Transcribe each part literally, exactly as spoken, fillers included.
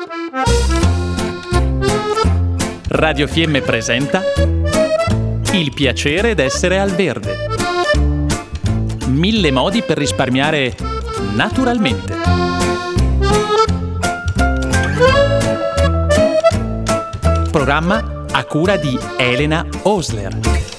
Radio Fiemme presenta Il piacere d'essere al verde. Mille modi per risparmiare naturalmente. Programma a cura di Elena Osler.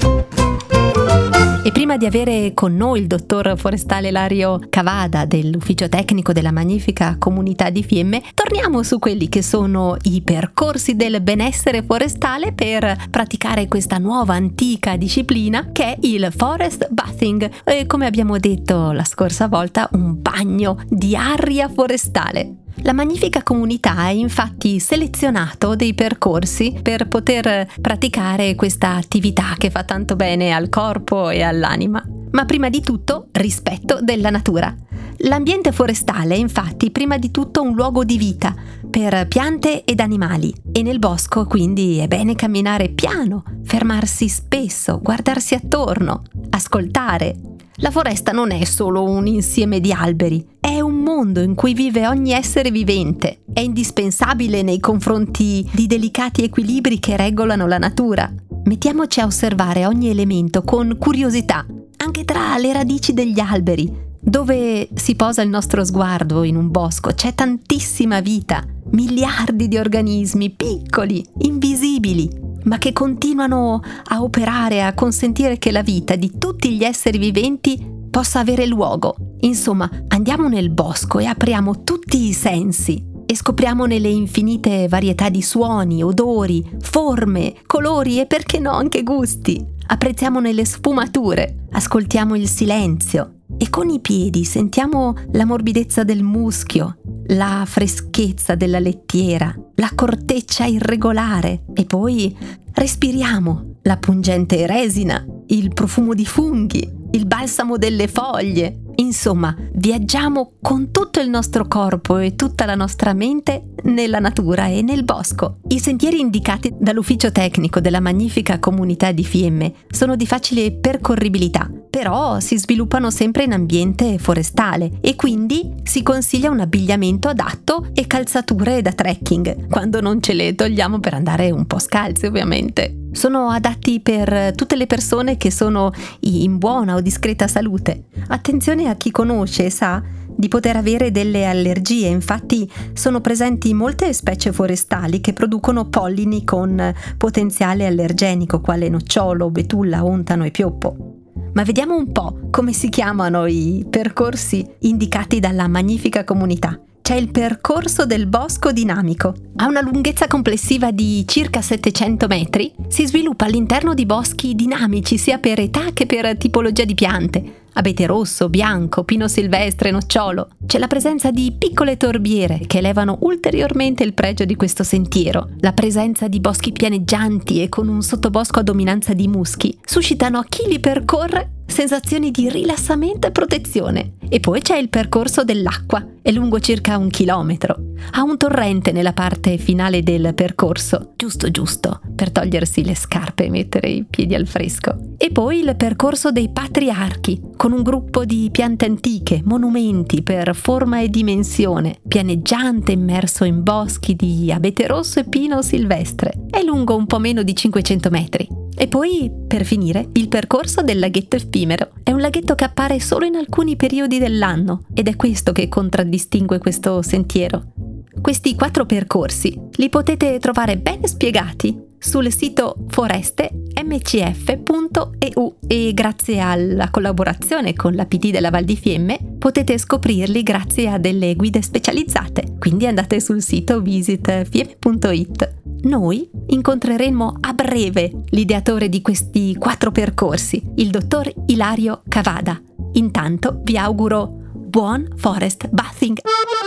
E prima di avere con noi il dottor forestale Ilario Cavada dell'ufficio tecnico della magnifica comunità di Fiemme, torniamo su quelli che sono i percorsi del benessere forestale per praticare questa nuova antica disciplina che è il forest bathing, e come abbiamo detto la scorsa volta, un bagno di aria forestale. La magnifica comunità ha infatti selezionato dei percorsi per poter praticare questa attività che fa tanto bene al corpo e all'anima. Ma prima di tutto, rispetto della natura. L'ambiente forestale è infatti prima di tutto un luogo di vita per piante ed animali, e nel bosco quindi è bene camminare piano, fermarsi spesso, guardarsi attorno, ascoltare. La foresta non è solo un insieme di alberi, è un mondo in cui vive ogni essere vivente. È indispensabile nei confronti di delicati equilibri che regolano la natura. Mettiamoci a osservare ogni elemento con curiosità, anche tra le radici degli alberi. Dove si posa il nostro sguardo in un bosco c'è tantissima vita, miliardi di organismi piccoli, invisibili, ma che continuano a operare, a consentire che la vita di tutti gli esseri viventi possa avere luogo. Insomma, andiamo nel bosco e apriamo tutti i sensi e scopriamone le infinite varietà di suoni, odori, forme, colori e perché no anche gusti. Apprezziamone le sfumature, ascoltiamo il silenzio e con i piedi sentiamo la morbidezza del muschio, la freschezza della lettiera, la corteccia irregolare e poi respiriamo la pungente resina, il profumo di funghi, il balsamo delle foglie. Insomma, viaggiamo con tutto il nostro corpo e tutta la nostra mente nella natura e nel bosco. I sentieri indicati dall'ufficio tecnico della magnifica comunità di Fiemme sono di facile percorribilità, però si sviluppano sempre in ambiente forestale e quindi si consiglia un abbigliamento adatto e calzature da trekking, quando non ce le togliamo per andare un po' scalzi ovviamente. Sono adatti per tutte le persone che sono in buona o discreta salute. Attenzione a chi conosce e sa di poter avere delle allergie, infatti sono presenti molte specie forestali che producono pollini con potenziale allergenico, quale nocciolo, betulla, ontano e pioppo. Ma vediamo un po' come si chiamano i percorsi indicati dalla magnifica comunità. C'è il percorso del bosco dinamico. Ha una lunghezza complessiva di circa settecento metri. Si sviluppa all'interno di boschi dinamici sia per età che per tipologia di piante. Abete rosso, bianco, pino silvestre, nocciolo. C'è la presenza di piccole torbiere che elevano ulteriormente il pregio di questo sentiero. La presenza di boschi pianeggianti e con un sottobosco a dominanza di muschi suscitano a chi li percorre sensazioni di rilassamento e protezione. E poi c'è il percorso dell'acqua, è lungo circa un chilometro. Ha un torrente nella parte finale del percorso, giusto giusto, per togliersi le scarpe e mettere i piedi al fresco. E poi il percorso dei patriarchi, con un gruppo di piante antiche, monumenti per forma e dimensione, pianeggiante immerso in boschi di abete rosso e pino silvestre. È lungo un po' meno di cinquecento metri. E poi, per finire, il percorso del laghetto effimero. È un laghetto che appare solo in alcuni periodi dell'anno ed è questo che contraddistingue questo sentiero. Questi quattro percorsi li potete trovare ben spiegati sul sito foreste m c f punto e u e grazie alla collaborazione con l'A P T della Val di Fiemme potete scoprirli grazie a delle guide specializzate. Quindi andate sul sito visit fiemme punto it. Noi incontreremo a breve l'ideatore di questi quattro percorsi, il dottor Ilario Cavada. Intanto vi auguro buon forest bathing.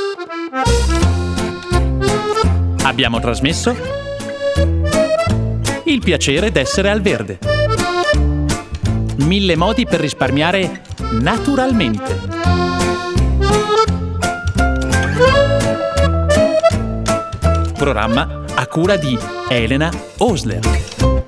Abbiamo trasmesso Il piacere d'essere al verde. Mille modi per risparmiare naturalmente. Programma a cura di Elena Osler.